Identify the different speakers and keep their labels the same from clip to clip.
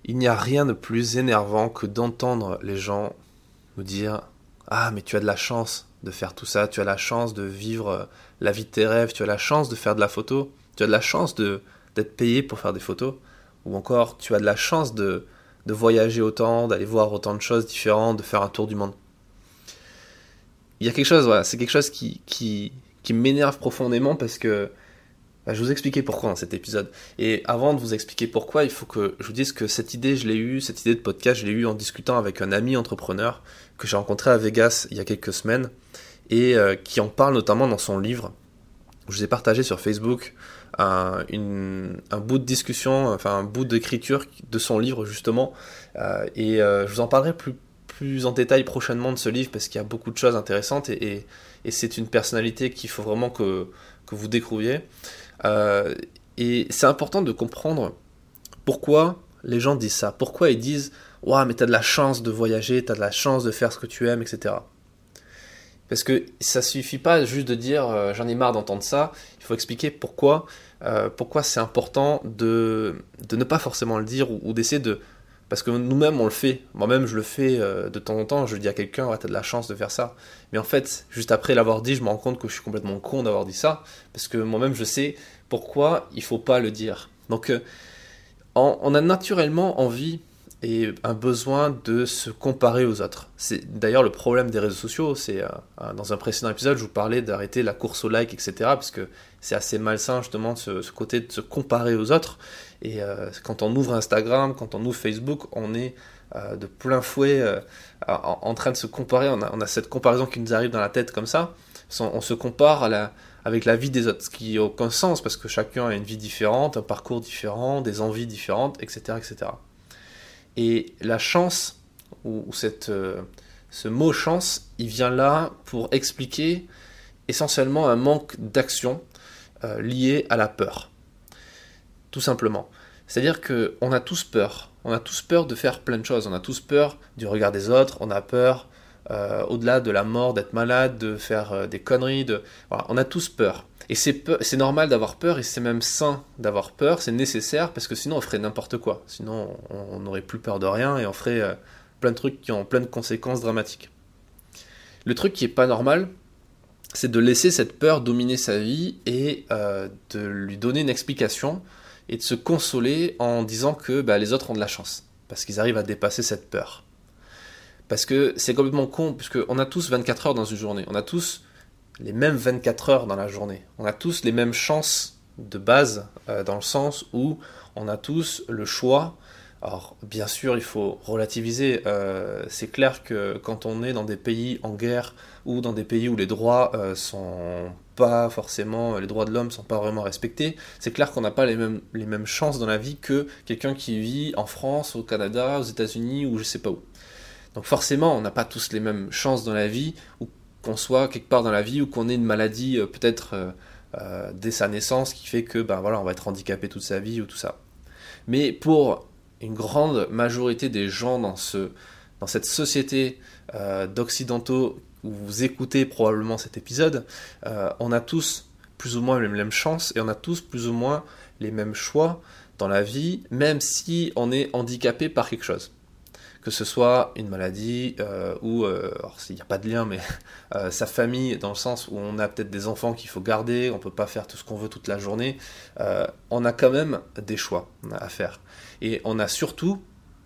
Speaker 1: Il n'y a rien de plus énervant que d'entendre les gens nous dire « Ah, mais tu as de la chance de faire tout ça, tu as la chance de vivre la vie de tes rêves, tu as la chance de faire de la photo, tu as de la chance d'être payé pour faire des photos, ou encore tu as de la chance de voyager autant, d'aller voir autant de choses différentes, de faire un tour du monde. » Il y a quelque chose, voilà, c'est quelque chose qui m'énerve profondément parce que je vais vous expliquer pourquoi dans cet épisode. Et avant de vous expliquer pourquoi, il faut que je vous dise que cette idée de podcast, je l'ai eue en discutant avec un ami entrepreneur que j'ai rencontré à Vegas il y a quelques semaines et qui en parle notamment dans son livre. Je vous ai partagé sur Facebook un bout de discussion, enfin un bout d'écriture de son livre justement. Je vous en parlerai plus en détail prochainement de ce livre parce qu'il y a beaucoup de choses intéressantes et c'est une personnalité qu'il faut vraiment que vous découvriez. Et c'est important de comprendre pourquoi les gens disent ça, pourquoi ils disent « Ouah, mais t'as de la chance de voyager, t'as de la chance de faire ce que tu aimes, etc. » Parce que ça suffit pas juste de dire « J'en ai marre d'entendre ça », il faut expliquer pourquoi c'est important de ne pas forcément le dire ou d'essayer de... Parce que nous-mêmes, on le fait. Moi-même, je le fais de temps en temps. Je dis à quelqu'un, ouais, t'as de la chance de faire ça. Mais en fait, juste après l'avoir dit, je me rends compte que je suis complètement con d'avoir dit ça. Parce que moi-même, je sais pourquoi il ne faut pas le dire. Donc, on a naturellement envie et un besoin de se comparer aux autres. C'est d'ailleurs le problème des réseaux sociaux. C'est dans un précédent épisode, je vous parlais d'arrêter la course au like, etc. Parce que c'est assez malsain, justement, ce côté de se comparer aux autres. Et quand on ouvre Instagram, quand on ouvre Facebook, on est de plein fouet en train de se comparer. On a cette comparaison qui nous arrive dans la tête comme ça. On se compare avec la vie des autres, ce qui n'a aucun sens parce que chacun a une vie différente, un parcours différent, des envies différentes, etc. etc. Et la chance, ou ce mot chance, il vient là pour expliquer essentiellement un manque d'action lié à la peur. Tout simplement. C'est-à-dire qu'on a tous peur. On a tous peur de faire plein de choses. On a tous peur du regard des autres. On a peur, au-delà de la mort, d'être malade, de faire des conneries. Voilà, on a tous peur. Et c'est normal d'avoir peur et c'est même sain d'avoir peur. C'est nécessaire parce que sinon on ferait n'importe quoi. Sinon on n'aurait plus peur de rien et on ferait plein de trucs qui ont plein de conséquences dramatiques. Le truc qui n'est pas normal, c'est de laisser cette peur dominer sa vie et de lui donner une explication et de se consoler en disant que les autres ont de la chance, parce qu'ils arrivent à dépasser cette peur. Parce que c'est complètement con, puisqu'on a tous 24 heures dans une journée, on a tous les mêmes 24 heures dans la journée, on a tous les mêmes chances de base, dans le sens où on a tous le choix. Alors bien sûr il faut relativiser, c'est clair que quand on est dans des pays en guerre ou dans des pays où les droits sont pas forcément, les droits de l'homme sont pas vraiment respectés, c'est clair qu'on n'a pas les mêmes chances dans la vie que quelqu'un qui vit en France, au Canada, aux États-Unis ou je sais pas où. Donc forcément on n'a pas tous les mêmes chances dans la vie, ou qu'on soit quelque part dans la vie ou qu'on ait une maladie peut-être dès sa naissance qui fait que on va être handicapé toute sa vie ou tout ça. Mais pour une grande majorité des gens dans cette société d'occidentaux où vous écoutez probablement cet épisode, on a tous plus ou moins les mêmes chances et on a tous plus ou moins les mêmes choix dans la vie, même si on est handicapé par quelque chose. Que ce soit une maladie ou, alors il n'y a pas de lien, mais sa famille, dans le sens où on a peut-être des enfants qu'il faut garder, on ne peut pas faire tout ce qu'on veut toute la journée, on a quand même des choix à faire. Et on a surtout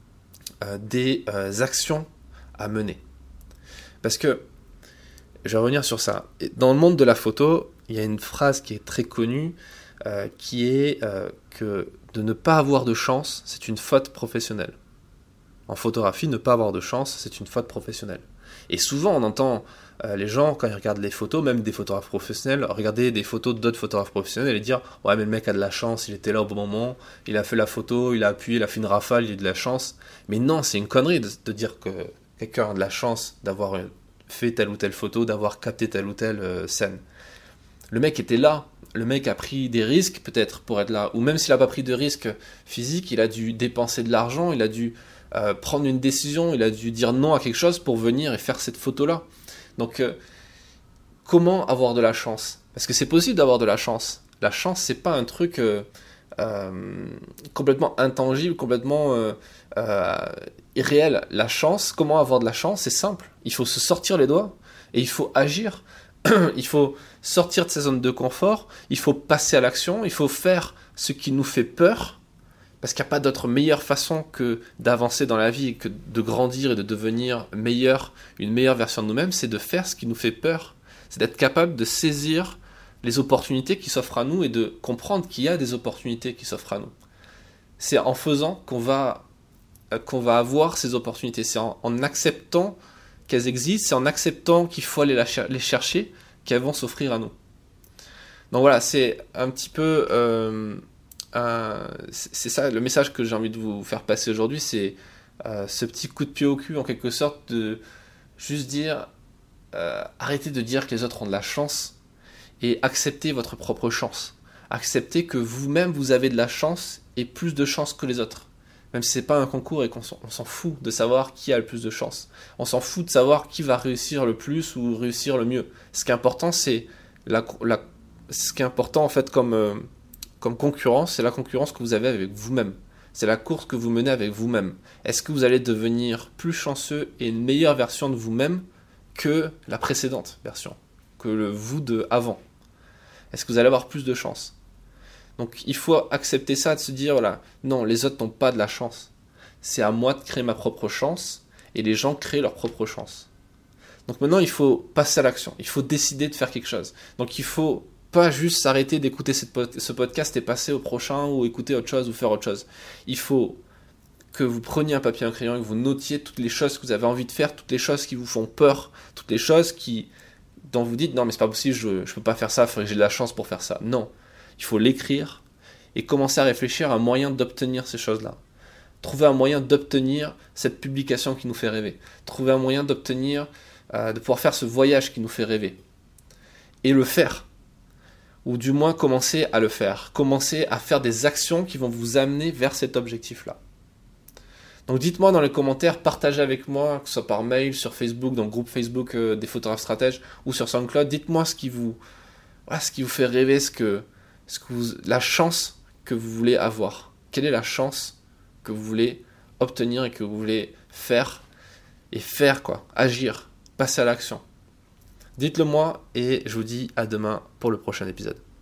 Speaker 1: des actions à mener. Parce que, je vais revenir sur ça, dans le monde de la photo, il y a une phrase qui est très connue, qui est que de ne pas avoir de chance, c'est une faute professionnelle. En photographie, ne pas avoir de chance, c'est une faute professionnelle. Et souvent, on entend les gens, quand ils regardent les photos, même des photographes professionnels, regarder des photos d'autres photographes professionnels et dire « Ouais, mais le mec a de la chance, il était là au bon moment, il a fait la photo, il a appuyé, il a fait une rafale, il a eu de la chance. » Mais non, c'est une connerie de dire que quelqu'un a de la chance d'avoir fait telle ou telle photo, d'avoir capté telle ou telle scène. Le mec était là, le mec a pris des risques peut-être pour être là, ou même s'il n'a pas pris de risques physiques, il a dû dépenser de l'argent, il a dû prendre une décision, il a dû dire non à quelque chose pour venir et faire cette photo-là. Donc, comment avoir de la chance ? Parce que c'est possible d'avoir de la chance. La chance, c'est pas un truc complètement intangible, complètement irréel. La chance, comment avoir de la chance? C'est simple. Il faut se sortir les doigts et il faut agir. Il faut sortir de sa zone de confort, il faut passer à l'action, il faut faire ce qui nous fait peur, parce qu'il n'y a pas d'autre meilleure façon que d'avancer dans la vie, que de grandir et de devenir meilleur, une meilleure version de nous-mêmes, c'est de faire ce qui nous fait peur. C'est d'être capable de saisir les opportunités qui s'offrent à nous et de comprendre qu'il y a des opportunités qui s'offrent à nous. C'est en faisant qu'on va avoir ces opportunités, c'est en acceptant qu'elles existent, c'est en acceptant qu'il faut aller les chercher qu'elles vont s'offrir à nous. Donc voilà, c'est un petit peu c'est ça le message que j'ai envie de vous faire passer aujourd'hui, c'est ce petit coup de pied au cul en quelque sorte, de juste dire arrêtez de dire que les autres ont de la chance et acceptez votre propre chance. Acceptez que vous-même vous avez de la chance et plus de chance que les autres. Même si c'est pas un concours et qu'on s'en fout de savoir qui a le plus de chance. On s'en fout de savoir qui va réussir le plus ou réussir le mieux. Ce qui est important, c'est ce qui est important en fait comme concurrence, c'est la concurrence que vous avez avec vous-même. C'est la course que vous menez avec vous-même. Est-ce que vous allez devenir plus chanceux et une meilleure version de vous-même que la précédente version, que le vous de avant? Est-ce que vous allez avoir plus de chance? Donc il faut accepter ça, de se dire, voilà, non, les autres n'ont pas de la chance. C'est à moi de créer ma propre chance, et les gens créent leur propre chance. Donc maintenant, il faut passer à l'action. Il faut décider de faire quelque chose. Donc il faut pas juste s'arrêter d'écouter ce podcast et passer au prochain, ou écouter autre chose, ou faire autre chose. Il faut que vous preniez un papier et un crayon et que vous notiez toutes les choses que vous avez envie de faire, toutes les choses qui vous font peur, toutes les choses dont vous dites, non mais c'est pas possible, je peux pas faire ça, il faudrait que j'ai de la chance pour faire ça. Non. Il faut l'écrire et commencer à réfléchir à un moyen d'obtenir ces choses-là. Trouver un moyen d'obtenir cette publication qui nous fait rêver. Trouver un moyen d'obtenir, de pouvoir faire ce voyage qui nous fait rêver. Et le faire. Ou du moins commencer à le faire. Commencer à faire des actions qui vont vous amener vers cet objectif-là. Donc dites-moi dans les commentaires, partagez avec moi, que ce soit par mail, sur Facebook, dans le groupe Facebook des photographes stratèges, ou sur SoundCloud. Dites-moi ce qui vous fait rêver, la chance que vous voulez avoir. Quelle est la chance que vous voulez obtenir et que vous voulez faire, agir, passer à l'action. Dites-le moi et je vous dis à demain pour le prochain épisode.